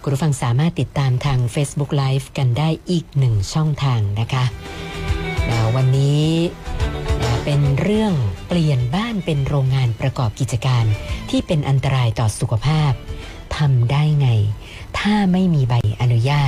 คุณผู้ฟังสามารถติดตามทาง Facebook Live กันได้อีกหนึ่งช่องทางนะคะวันนี้เป็นเรื่องเปลี่ยนบ้านเป็นโรงงานประกอบกิจการที่เป็นอันตรายต่อสุขภาพทำได้ไงถ้าไม่มีใบอนุญาต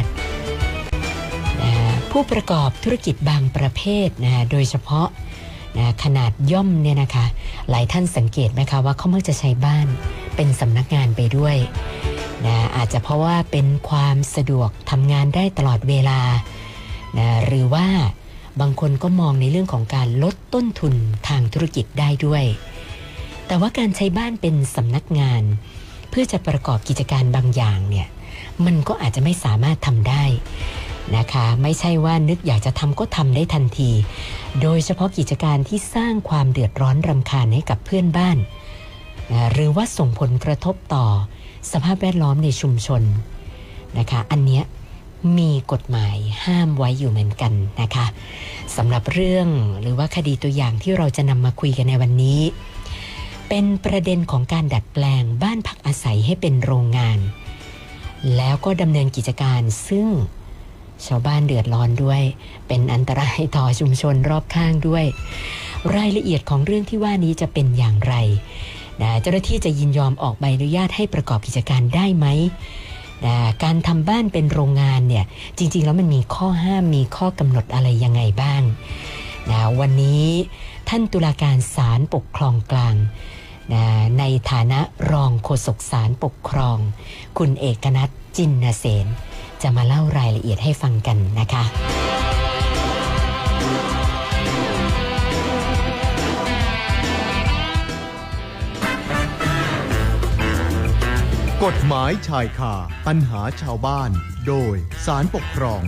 ผู้ประกอบธุรกิจบางประเภทโดยเฉพาะขนาดย่อมเนี่ยนะคะหลายท่านสังเกตไหมคะว่าเขามักจะใช้บ้านเป็นสำนักงานไปด้วยอาจจะเพราะว่าเป็นความสะดวกทำงานได้ตลอดเวลาหรือว่าบางคนก็มองในเรื่องของการลดต้นทุนทางธุรกิจได้ด้วยแต่ว่าการใช้บ้านเป็นสำนักงานเพื่อจะประกอบกิจการบางอย่างเนี่ยมันก็อาจจะไม่สามารถทำได้นะคะไม่ใช่ว่านึกอยากจะทำก็ทำได้ทันทีโดยเฉพาะกิจการที่สร้างความเดือดร้อนรำคาญให้กับเพื่อนบ้านหรือว่าส่งผลกระทบต่อสภาพแวดล้อมในชุมชนนะคะอันเนี้ยมีกฎหมายห้ามไว้อยู่เหมือนกันนะคะสำหรับเรื่องหรือว่าคดีตัวอย่างที่เราจะนำมาคุยกันในวันนี้เป็นประเด็นของการดัดแปลงบ้านพักอาศัยให้เป็นโรงงานแล้วก็ดำเนินกิจการซึ่งชาวบ้านเดือดร้อนด้วยเป็นอันตรายต่อชุมชนรอบข้างด้วยรายละเอียดของเรื่องที่ว่านี้จะเป็นอย่างไรเจ้าหน้าที่จะยินยอมออกใบอนุญาตให้ประกอบกิจการได้ไหมการทำบ้านเป็นโรงงานเนี่ยจริงๆแล้วมันมีข้อห้ามมีข้อกำหนดอะไรยังไงบ้างวันนี้ท่านตุลาการศาลปกครองกลางในฐานะรองโฆษกศาลปกครองคุณเอกนัทจินเสนจะมาเล่ารายละเอียดให้ฟังกันนะคะกฎหมายชายคาปัญหาชาวบ้านโดยศาลปกครอง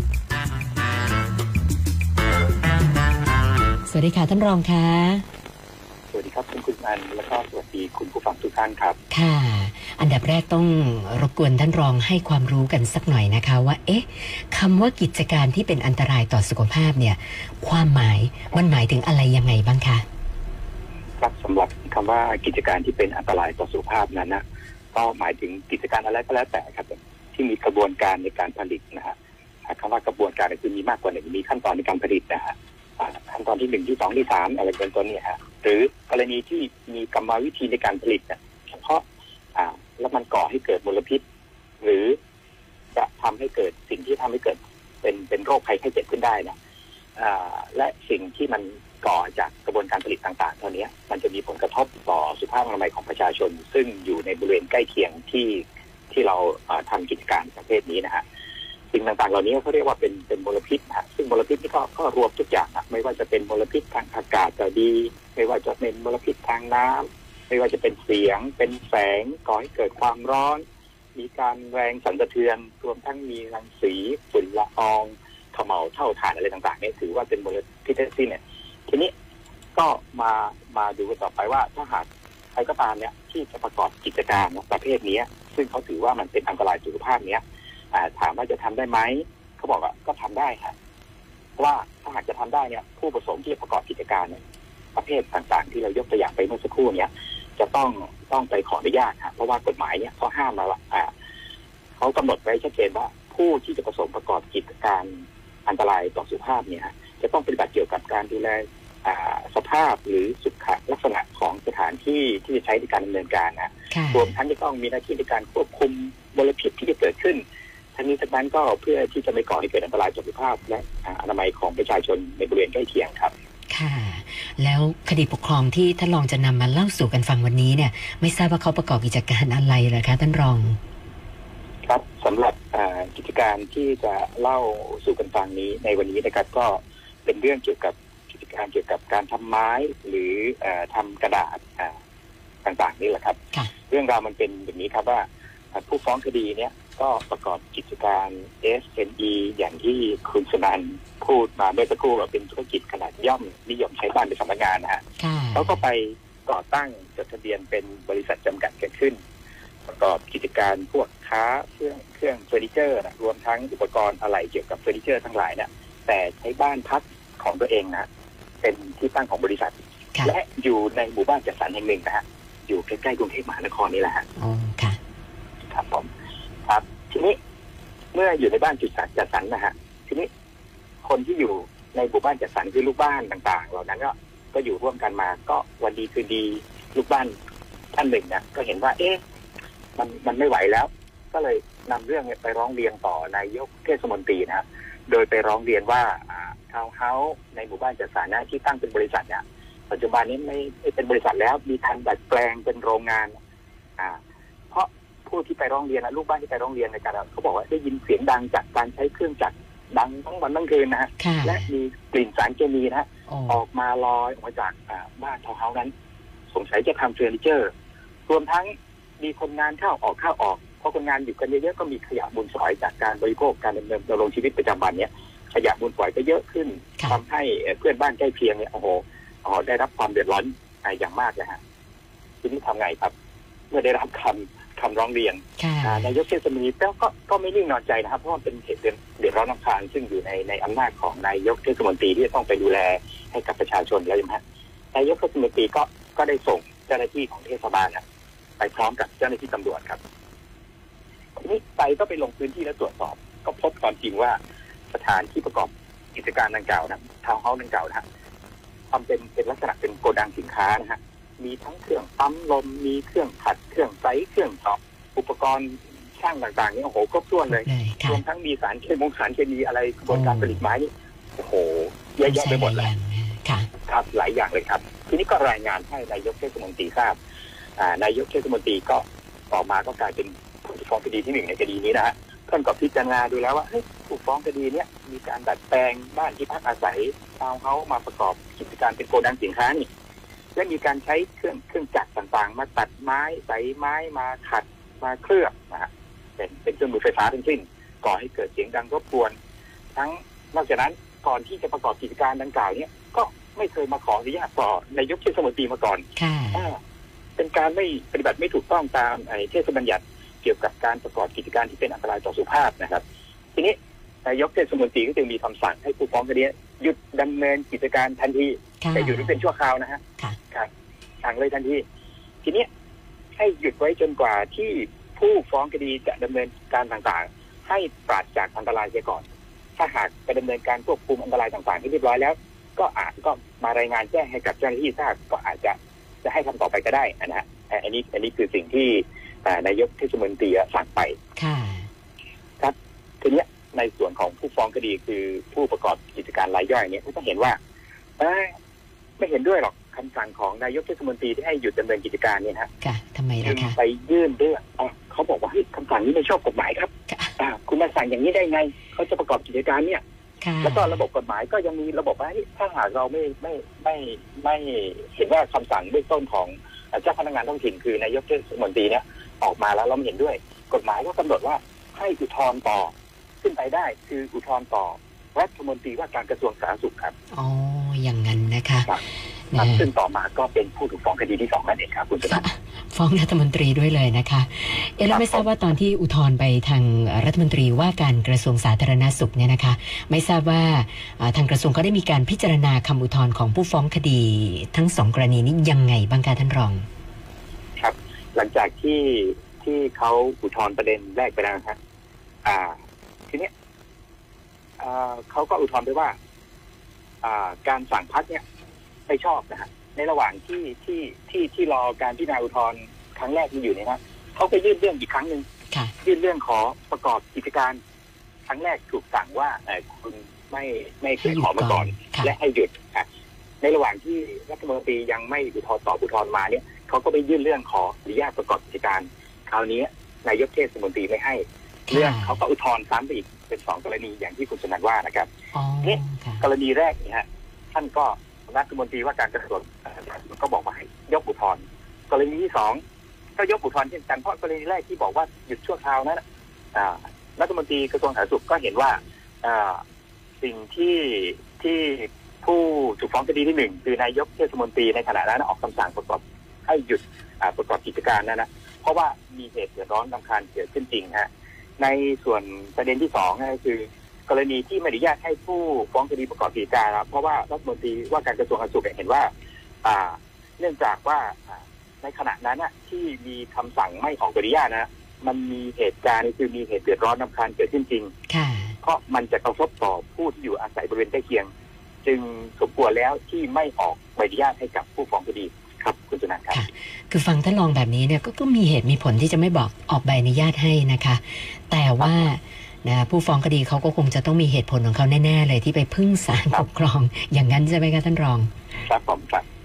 สวัสดีค่ะท่านรองค่ะสวัสดีครับคุณอันแล้วก็สวัสดีคุณผู้ฟังทุกท่านครับค่ะอันดับแรกต้องรบกวนท่านรองให้ความรู้กันสักหน่อยนะคะว่าคำว่ากิจการที่เป็นอันตรายต่อสุขภาพเนี่ยความหมายมันหมายถึงอะไรยังไงบ้างคะครับสำหรับคำว่ากิจการที่เป็นอันตรายต่อสุขภาพนั้นนะก็หมายถึงกิจการอะไรก็แล้วแต่ครับที่มีกระบวนการในการผลิตนะฮะคำว่ากระบวนการคือมีมากกว่าหนึ่งมีขั้นตอนในการผลิตนะฮะขั้นตอนที่1ที่2ที่3อะไรเป็นต้นเนี่ยฮะหรือกรณีที่มีกรรมวิธีในการผลิตเฉพาะแล้วมันก่อให้เกิดมลพิษหรือจะทำให้เกิดสิ่งที่ทำให้เกิดเป็นโรคภัยไข้เจ็บขึ้นได้นะและสิ่งที่มันก่อจากกระบวนการผลิตต่างๆเท่านี้มันจะมีผลกระทบต่อสุขภาพอนามัยของประชาชนซึ่งอยู่ในบริเวณใกล้เคียงที่เราทำกิจการประเภทนี้นะฮะสิ่งต่างๆเหล่านี้เขาเรียกว่าเป็นมลพิษนะซึ่งมลพิษนี่ก็รวมทุกอย่างนะไม่ว่าจะเป็นมลพิษทางอากาศก็ดีไม่ว่าจะเป็นมลพิษทางน้ำไม่ว่าจะเป็นเสียงเป็นแสงก่อให้เกิดความร้อนมีการแรงสั่นสะเทือนรวมทั้งมีรังสีฝุ่นละอองเขม่าเท่าฐานอะไรต่างๆนี่ถือว่าเป็นมลพิษทั้งสิ้นเนี่ยทีนี้ก็มาดูกันต่อไปว่าถ้าหากใครก็ตามเนี่ยที่จะประกอบกิจการประเภทนี้ซึ่งเขาถือว่ามันเป็นอันตรายสุขภาพเนี้ยถามว่าจะทำได้ไหมเขาบอกว่าก็ทำได้ครับเพราะว่าถ้าหากจะทำได้เนี่ยผู้ประสงค์ที่จะประกอบกิจการเนี่ยประเภทต่างๆที่เรายกตัวอย่างไปเมื่อสักครู่เนี่ยจะต้องไปขออนุญาตครับเพราะว่ากฎหมายเนี่ยเขาห้ามมาว่าเขากำหนดไว้ชัดเจนว่าผู้ที่จะประสงค์ประกอบกิจการอันตรายต่อสุขภาพเนี่ยจะต้องปฏิบัติเกี่ยวกับการดูแลสภาพหรือสุขลักษณะของสถานที่ที่จะใช้ในการดำเนินการนะรวมทั้งจะต้องมีหน้าที่ในการควบคุมมลพิษที่จะเกิดขึ้นทั้งนี้ทั้งนั้นก็เพื่อที่จะไม่ก่อให้เกิดอันตรายต่อสุขภาพและอนามัยของประชาชนในบริเวณใกล้เคียงครับค่ะแล้วคดีปกครองที่ท่านรองจะนำมาเล่าสู่กันฟังวันนี้เนี่ยไม่ทราบว่าเขาประกอบกิจการอะไรเหรอคะท่านรองครับสำหรับกิจการที่จะเล่าสู่กันฟังนี้ในวันนี้นะครับก็เป็นเรื่องเกี่ยวกับเกี่ยวกับการทำไม้หรือทำกระดาษต่างๆนี่แหละครับเรื่องราวมันเป็นแบบนี้ครับว่าผู้ฟ้องคดีเนี้ยก็ประกอบกิจการ SME อย่างที่คุณสนันท์พูดมาเมื่อสักครู่ว่าเป็นธุรกิจขนาดย่อมนิยมใช้บ้านเป็นสำนักงานนะฮะเขาก็ไปก่อตั้งจดทะเบียนเป็นบริษัทจำกัดเกิดขึ้นประกอบกิจการพวกค้าเครื่องเฟอร์นิเจอร์รวมทั้งอุปกรณ์อะไหล่เกี่ยวกับเฟอร์นิเจอร์ทั้งหลายเนี่ยแต่ใช้บ้านพักของตัวเองนะเป็นที่ตั้งของบริษัทและอยู่ในหมู่บ้านจัดสรรแห่งหนึ่งนะฮะอยู่ใกล้ๆกรุงเทพมหานครนี่แหละฮะค่ะครับผมครับทีเมื่ออยู่ในบ้านจัดสรรนะฮะทีนี้คนที่อยู่ในหมู่บ้านจัดสรรคือลูกบ้านต่างๆเหล่านั้นก็อยู่ร่วมกันมาก็วันดีคือดีลูกบ้านท่านหนึ่งนะก็เห็นว่ามันไม่ไหวแล้วก็เลยนำเรื่องไปร้องเรียนต่อนายกเทศมนตรีนะครับโดยไปร้องเรียนว่าทาวน์เฮาส์ในหมู่บ้านจัดสรรที่ตั้งเป็นบริษัทเนี่ยปัจจุบันนี้ไม่เป็นบริษัทแล้วมีการดัดแปลงเป็นโรงงานเพราะผู้ที่ไปร้องเรียนลูกบ้านที่ไปร้องเรียนในการเขาบอกว่าได้ยินเสียงดังจากการใช้เครื่องจักรดังทั้งวันทั้งคืนนะฮะและมีกลิ่นสารเคมีนะฮะออกมาลอยออกมาจากบ้านทาวน์เฮาส์นั้นสงสัยจะทำเฟอร์นิเจอร์รวมทั้งมีคนงานเข้าออกเพราะคนงานอยู่กันเยอะๆก็มีขยะมูลฝอยจากการบริโภคการดำรงชีวิตประจำวันเนี่ยขยะมูลฝอยก็เยอะขึ้นทำให้เพื่อนบ้านใกล้เคียงเนี่ยได้รับความเดือดร้อนอย่างมากเลยฮะทีนี้ทำไงครับเมื่อได้รับคำร้องเรียนนายกเทศมนตรีก็ไม่นิ่งนอนใจนะครับเพราะว่าเป็นเหตุเดือดร้อนรำคาญซึ่งอยู่ในอำนาจของนายกเทศมนตรีที่จะต้องไปดูแลให้กับประชาชนแล้วใช่ไหมฮะนายกเทศมนตรีก็ได้ส่งเจ้าหน้าที่ของเทศบาลไปพร้อมกับเจ้าหน้าที่ตำรวจครับทีนี้ไปลงพื้นที่และตรวจสอบก็พบความจริงว่าสถานที่ประกอบกิจการดังกล่าวนะทาวน์เฮาส์ดังกล่าวนะทำเป็นลักษณะเป็นโกดังสินค้านะฮะมีทั้งเครื่องปั๊มลมมีเครื่องขัดเครื่องไซส์เครื่องเจาะอุปกรณ์ช่างต่างๆนี่ครบถ้วนเลยรวมทั้งมีสารเคมีอะไรกระบวนการผลิตไม้นี่เยอะแยะไปหมดเลยครับหลายอย่างเลยครับทีนี้ก็รายงานให้นายกเทศมนตรีทราบนายกเทศมนตรีก็ต่อมาก็กลายเป็นผู้ฟ้องคดีที่1ในคดีนี้นะฮะท่านก็พิจารณาดูแล้วว่าผู้ฟ้องคดีนี้มีการดัดแปลงบ้านที่พักอาศัยทาวน์เฮาส์มาประกอบกิจการเป็นโกดังสินค้านี่และมีการใช้เครื่องจักรต่างๆมาตัดไม้ใส่ไม้มาขัดมาเคลือบนะฮะเป็นเครื่องมือไฟฟ้าทั้งสิ้นก่อให้เกิดเสียงดังรบกวนทั้งนอกจากนั้นก่อนที่จะประกอบกิจการดังกล่าวนี้ก็ไม่เคยมาขออนุญาตต่อนายกเทศมนตรีมาก่อนเป็นการไม่ปฏิบัติไม่ถูกต้องตามเทศบัญญัติเกี่ยวกับการประกอบกิจการที่เป็นอันตรายต่อสุขภาพนะครับทีนี้นายกเทศมนตรีก็จึงมีคำสั่งให้ผู้ฟ้องคดีหยุดดำเนินกิจการทันทีแต่หยุดเป็นชั่วคราวนะฮะครับสั่งเลยทันทีทีนี้ให้หยุดไว้จนกว่าที่ผู้ฟ้องคดีจะดำเนินการต่างๆให้ปราศจากอันตรายเสียก่อนถ้าหากจะดำเนินการควบคุมอันตรายต่างๆที่เรียบร้อยแล้วก็มารายงานแจ้งให้กับเจ้าหน้าที่ทราบก็อาจจะให้คำตอบไปก็ได้นะฮะอันนี้คือสิ่งที่นายกเทศมนตรีสั่งไปครับทีนี้ในส่วนของผู้ฟ้องคดีคือผู้ประกอบกิจการรายย่อยเนี่ยก็เห็นว่าไม่เห็นด้วยหรอกคำสั่งของนายกเทศมนตรีที่ให้หยุดดำเนินกิจการเนี่ยฮะทำไมล่ะคะไปยื่นเรื่องเขาบอกว่าคำสั่งนี้ไม่ชอบกฎหมายครับคุณมาสั่งอย่างนี้ได้ไงเขาจะประกอบกิจการเนี่ยแล้วก็ระบบกฎหมายก็ยังมีระบบว่าถ้าหากเราไม่เห็นว่าคำสั่งเบื้องต้นของเจ้าพนักงานท้องถิ่นคือนายกเทศมนตรีเนี่ยออกมาแล้วเราไม่เห็นด้วยกฎหมายก็กำหนดว่าให้อุทธรณ์ต่อขึ้นไปได้คืออุทธรณ์ต่อรัฐมนตรีว่าการกระทรวงสาธารณสุขครับอย่างนั้นนะคะซึ่งต่อมาก็เป็นผู้ถูกฟ้องคดีที่2นั่นเองครับคุณสุนันท์ฟ้องรัฐมนตรีด้วยเลยนะคะแล้วไม่ทราบว่าตอนที่อุทธรณ์ไปทางรัฐมนตรีว่าการกระทรวงสาธารณสุขเนี่ยนะคะไม่ทราบว่าทางกระทรวงก็ได้มีการพิจารณาคำอุทธรณ์ของผู้ฟ้องคดีทั้ง2กรณีนี้ยังไงบ้างคะท่านรองครับหลังจากที่เขาอุทธรณ์ประเด็นแรกไปแล้วนะครับทีนี้เขาก็อุทธรณ์ไปว่าการสั่งพักเนี่ยไม่ชอบนะฮะในระหว่างที่รอการพิจารณาอุทธรณ์ครั้งแรกที่อยู่เนี่ยนะเขาไปยื่นเรื่องอีกครั้งหนึ่งยื่นเรื่องขอประกอบกิจการครั้งแรกถูกสั่งว่าคุณไม่เคยขอมาก่อนและให้หยุดในระหว่างที่รัฐมนตรียังไม่อุทธรณ์ต่ออุทธรณ์มาเนี่ยเขาก็ไปยื่นเรื่องขออนุญาตประกอบกิจการคราวนี้นายกเทศมนตรีไม่ให้เรื่องเขาก็อุทธรณ์ซ้ำไปอีกเป็น2กรณีอย่างที่คุณสนันว่านะครับนี่กรณีแรกเนี่ยฮะท่านก็รัฐมนตรีว่าการกระทรวงก็บอกว่าให้ยกอุทธรณ์กรณีที่2ก็ยกอุทธรณ์เช่นกันเพราะกรณีแรกที่บอกว่าหยุดชั่วคราวนั้นรัฐมนตรีกระทรวงสาธารณสุขก็เห็นว่าสิ่งที่ผู้ถูกฟ้องคดีที่1คือนายกเทศมนตรีในขณะนั้นออกคำสั่งประกอบให้หยุดประกอบกิจการนะเพราะว่ามีเหตุเดือดร้อนรำคาญเกิดขึ้นจริงฮะในส่วนประเด็นที่2ก็คือกรณีที่ไม่อนุญาตให้ผู้ฟ้องคดีประกอบกิจการเพราะว่ารัฐมนตรีว่าการกระทรวงสาธารณสุขเห็นว่าเนื่องจากว่าในขณะนั้นที่มีคำสั่งไม่ออกอนุญาตมันมีเหตุการณ์คือมีเหตุเดือดร้อนรำคาญเกิดขึ้นจริงเพราะมันจะกระทบต่อผู้ที่อยู่อาศัยบริเวณใกล้เคียงจึงสมควรแล้วที่ไม่ออกใบอนุญาตให้กับผู้ฟ้องคดีครับคุณสุนันท์ครับคือฟังท่านรองแบบนี้เนี่ยก็มีเหตุมีผลที่จะไม่บอกออกใบอนุญาตให้นะคะแต่ว่านะผู้ฟ้องคดีเขาก็คงจะต้องมีเหตุผลของเขาแน่ๆเลยที่ไปพึ่งศาลปกครองอย่างนั้นใช่ไหมคะท่านรองครับผม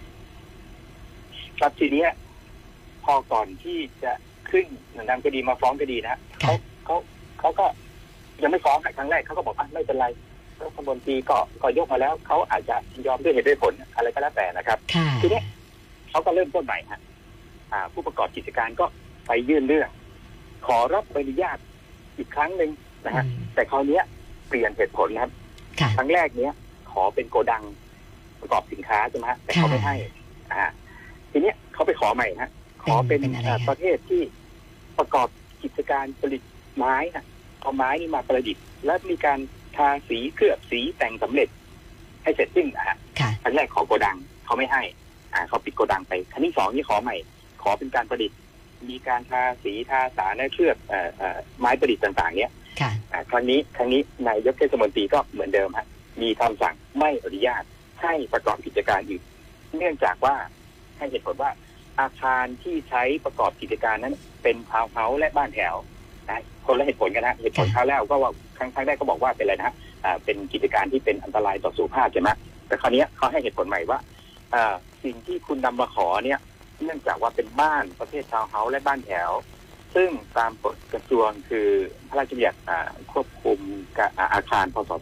ครับทีนี้พอก่อนที่จะขึ้นนำคดีมาฟ้องคดีนะเขาก็ยังไม่ฟ้องครั้งแรกเขาก็บอกไม่เป็นไรรัฐมนตรีก็ยกมาแล้วเขาอาจจะยอมด้วยเหตุด้วยผลอะไรก็แล้วแต่นะครับทีนี้เขาก็เริ่มต้นใหม่ฮะผู้ประกอบกิจการก็ไปยื่นเรื่องขอรับใบอนุญาตอีกครั้งหนึ่งนะฮะแต่คราวนี้เปลี่ยนเหตุผลนะครับครั้งแรกเนี้ยขอเป็นโกดังประกอบสินค้าใช่ไหมแต่เขาไม่ให้ทีนี้เขาไปขอใหม่ฮะขอเป็นประเทศที่ประกอบกิจการผลิตไม้เอาไม้นี่มาประดิษฐ์และมีการทาสีเคลือบสีแต่งสำเร็จให้เสร็จสิ้นครั้งแรกขอโกดังเขาไม่ให้เขาปิดโกดังไปครั้งที่สองนี่ขอใหม่ขอเป็นการประดิษฐ์มีการทาสีทาสารและเคลือบไม้ประดิษฐ์ต่างๆเนี้ยครั้งนี้นายกเทศมนตรีก็เหมือนเดิมมีคำสั่งไม่อนุญาตให้ประกอบกิจการอีกเนื่องจากว่าให้เหตุผลว่าอาคารที่ใช้ประกอบกิจการนั้นเป็นทาวน์เฮาส์และบ้านแถวคนละเหตุผลกันนะเหตุผลคราวแรกก็ว่าครั้งแรกก็บอกว่าเป็นอะไรนะเป็นกิจการที่เป็นอันตรายต่อสุขภาพใช่ไหมแต่คราวนี้เขาให้เหตุผลใหม่ว่าสิ่งที่คุณนำมาขอเนี่ยเนื่องจากว่าเป็นบ้านประเภททาวน์เฮาส์และบ้านแถวซึ่งตามกฎกระทรวงคือพระราชบัญญัติควบคุมอาคารพ.ศ.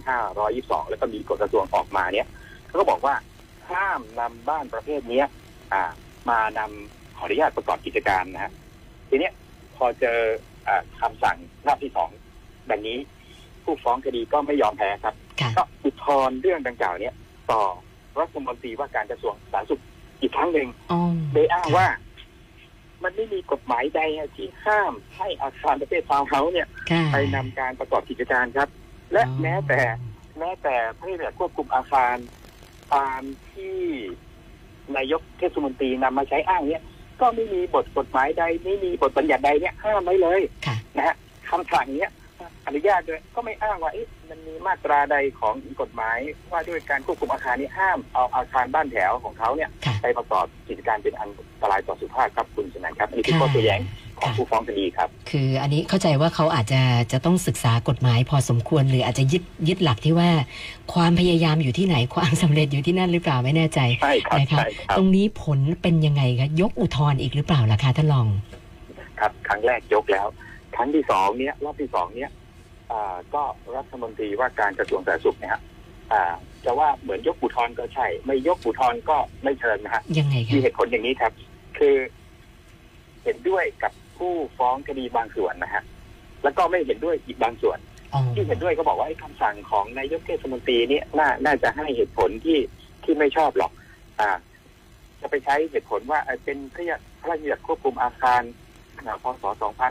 2522แล้วก็มีกฎกระทรวงออกมาเนี่ยเขาก็บอกว่าห้ามนำบ้านประเภทนี้มานำขออนุญาตประกอบกิจการนะฮะทีนี้พอเจอคำสั่งรอบที่สองแบบนี้ผู้ฟ้องคดีก็ไม่ยอมแพ้ครับก็อุทธรณ์เรื่องดังกล่าวนี้ต่อรัฐมนตรีว่าการกระทรวงสาธารณสุขอีกครั้งหนึ่งโดยอ้างว่ามันไม่มีกฎหมายใดที่ห้ามให้อาคารประเภททาวน์เฮาส์เนี่ยไปนำการประกอบกิจการครับและแม้แต่พระราชบัญญัติควบคุมอาคารตามที่นายกเทศมนตรีนำมาใช้อ้างเนี่ยก็ไม่มีบทกฎหมายใดไม่มีบทบัญญัติใดเนี่ยห้ามไว้เลยนะฮะคำสั่งเนี้ยอนุญาตด้วยก็ไม่อ้างว่ามันมีมาตราใดของกฎหมายว่าด้วยการควบคุมอาคารนี้ห้ามเอาอาคารบ้านแถวของเขาเนี่ยไปประกอบกิจการเป็นอันตรายต่อสุขภาพครับคุณชนะครับอันนี้คือข้อตัวแย้งของผู้ฟ้องคดีครับคืออันนี้เข้าใจว่าเขาอาจจะต้องศึกษากฎหมายพอสมควรหรืออาจจะยึดหลักที่ว่าความพยายามอยู่ที่ไหนความสำเร็จอยู่ที่นั่นหรือเปล่าไม่แน่ใจนะคะตรงนี้ผลเป็นยังไงคะยกอุทธรณ์อีกหรือเปล่าล่ะคะท่านรองครับครั้งแรกยกแล้วครั้งที่สองเนี้ยรอบที่สองเนี้ยก็รัฐมนตรีว่าการกระทรวงสาธารณสุขเนี่ยจะว่าเหมือนยกอุทธรณ์ก็ใช่ไม่ยกอุทธรณ์ก็ไม่เชิญนะฮะยังไงครับมีเหตุผลอย่างนี้ครับคือเห็นด้วยกับผู้ฟ้องคดีบางส่วนนะฮะแล้วก็ไม่เห็นด้วยอีกบางส่วนที่เห็นด้วยก็บอกว่าคำสั่งของนายกเทศมนตรีเนี่ยน่าจะให้เหตุผลที่ไม่ชอบหรอกจะไปใช้เหตุผลว่าเป็นพระราชบัญญัติควบคุมอาคารพ.ศ.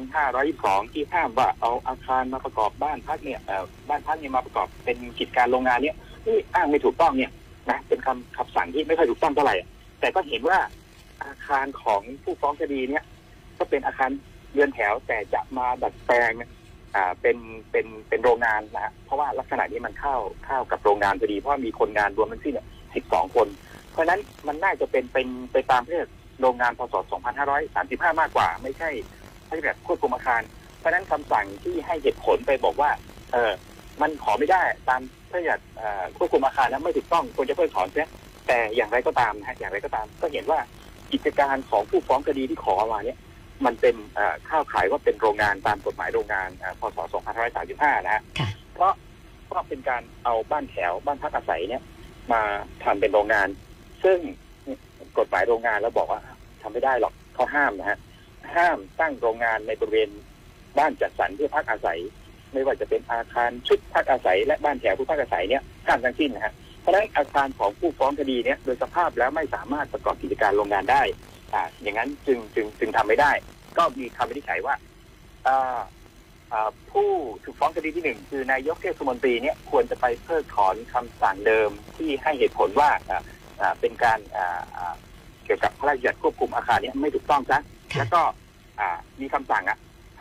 2522ที่ห้ามว่าเอาอาคารมาประกอบบ้านพักเนี่ยบ้านพักเนี่ยมาประกอบเป็นกิจการโรงงานเนี่ยนี่อ้างไม่ถูกต้องเนี่ยนะเป็นคำสั่งที่ไม่ค่อยถูกต้องเท่าไหร่แต่ก็เห็นว่าอาคารของผู้ฟ้องคดีเนี่ยก็เป็นอาคารเรือนแถวแต่จะมาดัดแปลงเป็นโรงงานนะเพราะว่าลักษณะนี้มันเข้ากับโรงงานพอดีเพราะมีคนงานรวมทั้งสิ้น12 คนเพราะนั้นมันน่าจะเป็นไปตามเรื่องโรงงานพ.ศ. 2535มากกว่าไม่ใช่แบบควบคุมอาคารเพราะนั้นคำสั่งที่ให้เหตุผลไปบอกว่ามันขอไม่ได้ตามพระราชบัญญัติควบคุมอาคารนั้นไม่ถูกต้องควรจะเพิกถอนเสียแต่อย่างไรก็ตามนะอย่างไรก็ตามก็เห็นว่ากิจการของผู้ฟ้องคดีที่ขอมาเนี่ยมันเป็นเข้าข่ายว่าเป็นโรงงานตามกฎหมายโรงงานพ.ศ. 2535นะฮะเพราะเป็นการเอาบ้านแถวบ้านพักอาศัยเนี่ยมาทำเป็นโรงงานซึ่งกฎหมายโรงงานแล้วบอกว่าทำไม่ได้หรอกเขาห้ามนะฮะห้ามตั้งโรงงานในบริเวณบ้านจัดสรรเพื่อพักอาศัยไม่ว่าจะเป็นอาคารชุดพักอาศัยและบ้านแถวผู้พักอาศัยเนี่ยห้ามทั้งสิ้นนะฮะเพราะฉะนั้นอาคารของผู้ฟ้องคดีเนี่ยโดยสภาพแล้วไม่สามารถประกอบกิจการโรงงานได้อย่างนั้นจึงทำไม่ได้ก็มีคำวินิจฉัยว่าผู้ถูกฟ้องคดีที่หนึ่งคือนายกเทศมนตรีเนี่ยควรจะไปเพิกถอนคำสั่งเดิมที่ให้เหตุผลว่าเป็นการเกี่ยวกับพระราชบัญญัติควบคุมอาคารนี้ไม่ถูกต้องซะแล้วก็มีคำสั่ง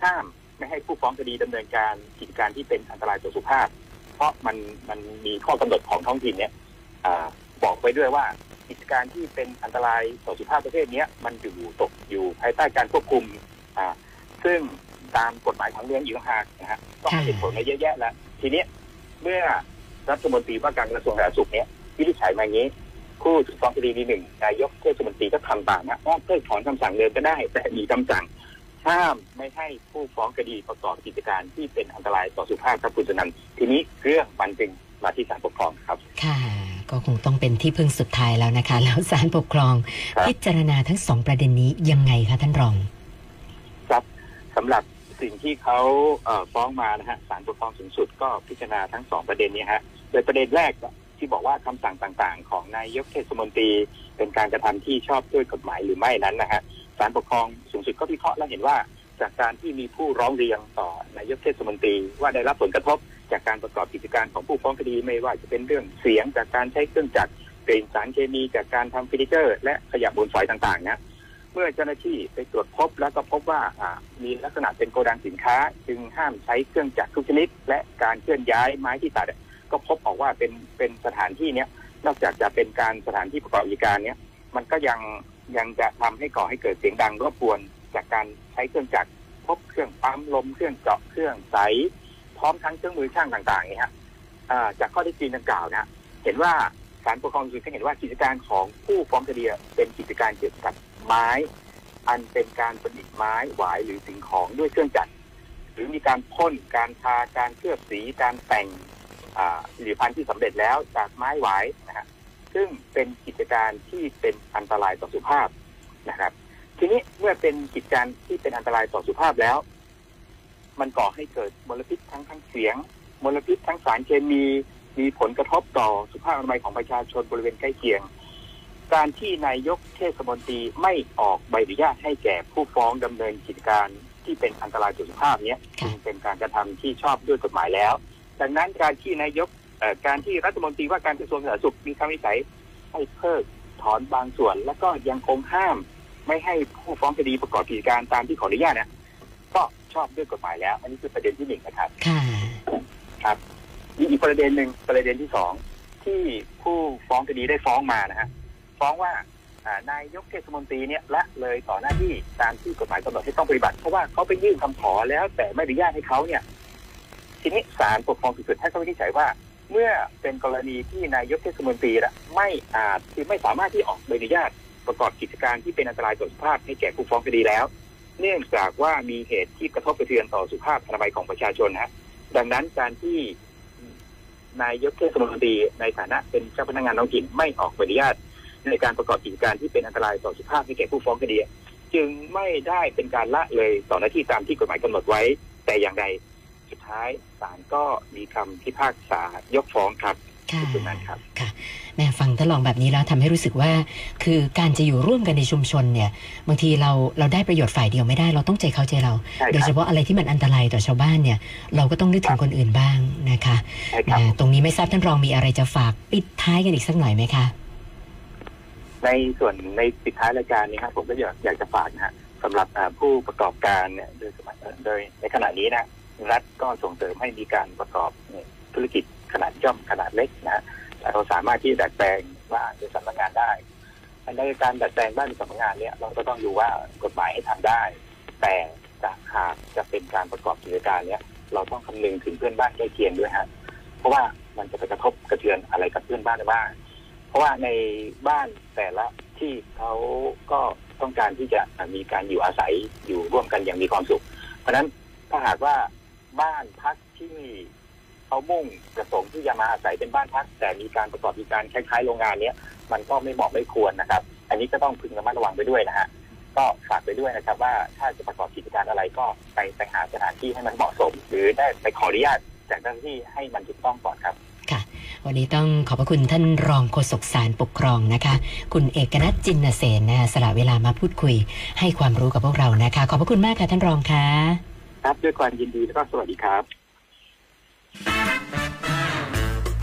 ห้ามไม่ให้ผู้ฟ้องคดีดำเนินการกิจการที่เป็นอันตรายต่อสุขภาพเพราะมันมีข้อกำหนดของท้องถิ่นเนี่ยบอกไว้ด้วยว่ากิจการที่เป็นอันตรายต่อสุขภาพประเภทนี้มันตกอยู่ภายใต้การควบคุมซึ่งตามกฎหมายของเรื่องอยู่ห่างนะฮะก็ให้เหตุผลมาเยอะแยะแล้วทีนี้เมื่อรัฐมนตรีว่าการกระทรวงสาธารณสุขเนี่ยวินิจฉัยมาอย่างนี้ผู้ถูกฟ้องคดีที่หนึ่งนายกเทศมนตรีก็ทำตามนะเพิกถอนคำสั่งเดิมก็ได้แต่มีคำสั่งห้ามไม่ให้ผู้ฟ้องคดีประกอบกิจการที่เป็นอันตรายต่อสุขภาพครับคุณชนันท์ทีนี้เรื่องมันจึงมาที่ศาลปกครองครับค่ะก็คงต้องเป็นที่พึ่งสุดท้ายแล้วนะคะแล้วศาลปกครองพิจารณาทั้งสองประเด็นนี้ยังไงคะท่านรองครับสำหรับสิ่งที่เขาฟ้องมานะฮะศาลปกครองสูงสุดก็พิจารณาทั้งสองประเด็นนี้ฮะโดยประเด็นแรกที่บอกว่าคำสั่งต่างๆของนายกเทศมนตรีเป็นการกระทำที่ชอบด้วยกฎหมายหรือไม่นั้นนะฮะศาลปกครองสูงสุดก็วิเคราะห์และเห็นว่าจากการที่มีผู้ร้องเรียนต่อนายกเทศมนตรีว่าได้รับผลกระทบจากการประกอบกิจการของผู้ฟ้องคดีไม่ว่าจะเป็นเรื่องเสียงจากการใช้เครื่องจักรกลิ่นสารเคมีจากการทำเฟอร์นิเจอร์และขยะมูลฝอยต่างๆนะเมื่อเจ้าหน้าที่ไปตรวจพบแล้วก็พบว่ามีลักษณะเป็นโกดังสินค้าจึงห้ามใช้เครื่องจักรทุกชนิดและการเคลื่อนย้ายไม้ที่ตัดก็พบออกว่าเป็นสถานที่เนี้ยนอกจากจะเป็นการสถานที่ประกอบกิจการเนี้ยมันก็ยังจะทำให้ก่อให้เกิดเสียงดังรบกวนจากการใช้เครื่องจักรพบเครื่องปั๊มลมเครื่องเจาะเครื่องใสพร้อมทั้งเครื่องมือช่างต่างๆนี่ฮะจากข้อเท็จจริงดังกล่าวนะเห็นว่าศาลปกครองสูงสุดเห็นว่ากิจการของผู้ฟ้องคดีเป็นกิจการเกี่ยวกับไม้อันเป็นการประดิษฐ์ไม้หวายหรือสิ่งของด้วยเครื่องจักรหรือมีการพ่นการทาการเคลือบสีการแต่งผลิตภัณฑ์ที่สำเร็จแล้วจากไม้หวายนะฮะซึ่งเป็นกิจการที่เป็นอันตรายต่อสุขภาพนะครับทีนี้เมื่อเป็นกิจการที่เป็นอันตรายต่อสุขภาพแล้วมันก่อให้เกิดมลพิษทั้งเสียงมลพิษทั้งสารเคมีผลกระทบต่อสุขภาพอนามัยของประชาชนบริเวณใกล้เคียงการที่นายกเทศมนตรีไม่ออกใบอนุญาตให้แก่ผู้ฟ้องดำเนินกิจการที่เป็นอันตรายต่อสุขภาพนี้จึงเป็นการกระทำที่ชอบด้วยกฎหมายแล้วดังนั้นการที่การที่รัฐมนตรีว่าการกระทรวงสาธารณสุขมีคำวินิจฉัยให้เพิกถอนบางส่วนแล้วก็ยังคงห้ามไม่ให้ผู้ฟ้องคดีประกอบกิจการตามที่ขออนุญาตเนี่ยก็ชอบด้วยกฎหมายแล้วอันนี้คือประเด็นที่หนึ่งนะครับครับอีกประเด็นหนึ่งประเด็นที่สองที่ผู้ฟ้องคดีได้ฟ้องมานะฮะฟ้องว่านายกเทศมนตรีเนี่ยละเลยต่อหน้าที่ตามที่กฎหมายกำหนดให้ต้องปฏิบัติเพราะว่าเขาไปยื่นคำขอแล้วแต่ไม่อนุญาตให้เขาเนี่ยทีนี้ศาลปกครองสูงสุดให้เขาวินิจฉัยว่าเมื่อเป็นกรณีที่นายกเทศมนตรีไม่สามารถที่ออกใบอนุญาตประกอบกิจการที่เป็นอันตรายต่อสุขภาพให้แก่ผู้ฟ้องคดีแล้วเนื่องจากว่ามีเหตุที่กระทบกระเทือนต่อสุขภาพอนามัยของประชาชนนะดังนั้นการที่นายกเทศมนตรีในฐานะเป็นเจ้าพนักงานท้องถิ่นไม่ออกใบอนุญาตในการประกอบกิจการที่เป็นอันตรายต่อสุขภาพให้แก่ผู้ฟ้องคดีจึงไม่ได้เป็นการละเลยต่อหน้าที่ตามที่กฎหมายกำหนดไว้แต่อย่างใดสุดท้ายศาลก็มีคำพิพากษายกฟ้องครับคุณนั้นครับค่ะแม่ฟังท่านรองแบบนี้แล้วทำให้รู้สึกว่าคือการจะอยู่ร่วมกันในชุมชนเนี่ยบางทีเราได้ประโยชน์ฝ่ายเดียวไม่ได้เราต้องใจเขาใจเราโดยเฉพาะอะไรที่มันอันตรายต่อชาวบ้านเนี่ยเราก็ต้องนึกถึงคนอื่นบ้างนะคะตรงนี้ไม่ทราบท่านรองมีอะไรจะฝากปิดท้ายกันอีกสักหน่อยไหมคะในส่วนในปิดท้ายรายการนี้ครับผมก็อยากจะฝากนะฮะสำหรับผู้ประกอบการเนี่ยโดยในขณะนี้นะรัฐก็ส่งเสริมให้มีการประกอบธุรกิจขนาดย่อมขนาดเล็กนะเราสามารถที่จะดัดแปลงบ้านหรือสำนักงานได้ในการดัดแปลงบ้านหรือสำนักงานเนี่ยเราก็ต้องดูว่ากฎหมายให้ทำได้แต่หากจะเป็นการประกอบกิจการเนี่ยเราต้องคำนึงถึงเพื่อนบ้านใกล้เคียงด้วยฮะเพราะว่ามันจะไปกระทบกระเทือนอะไรกับเพื่อนบ้านได้บ้างเพราะว่าในบ้านแต่ละที่เขาก็ต้องการที่จะมีการอยู่อาศัยอยู่ร่วมกันอย่างมีความสุขเพราะฉะนั้นถ้าหากว่าบ้านพักที่เขามุ่งประสงค์ที่จะมาอาศัยเป็นบ้านพักแต่มีการประกอบกิจการคล้ายๆโรงงานนี้มันก็ไม่เหมาะไม่ควรนะครับอันนี้ก็ต้องพึงระมัดระวังไปด้วยนะฮะก็ฝากไปด้วยนะครับว่าถ้าจะประกอบกิจการอะไรก็ไปหาสถานที่ให้มันเหมาะสมหรือได้ไปขออนุญาตจากเจ้าหน้าที่ให้มันถูกต้องก่อนครับค่ะวันนี้ต้องขอบพระคุณท่านรองโฆษกศาลปกครองนะคะคุณเอกนัทจินเสนนะสละเวลามาพูดคุยให้ความรู้กับพวกเรานะคะขอบพระคุณมากค่ะท่านรองค่ะครับด้วยความยินดีและก็สวัสดีครับ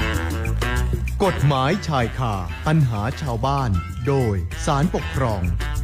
กฎหมายชายคาปัญหาชาวบ้านโดยศาลปกครอง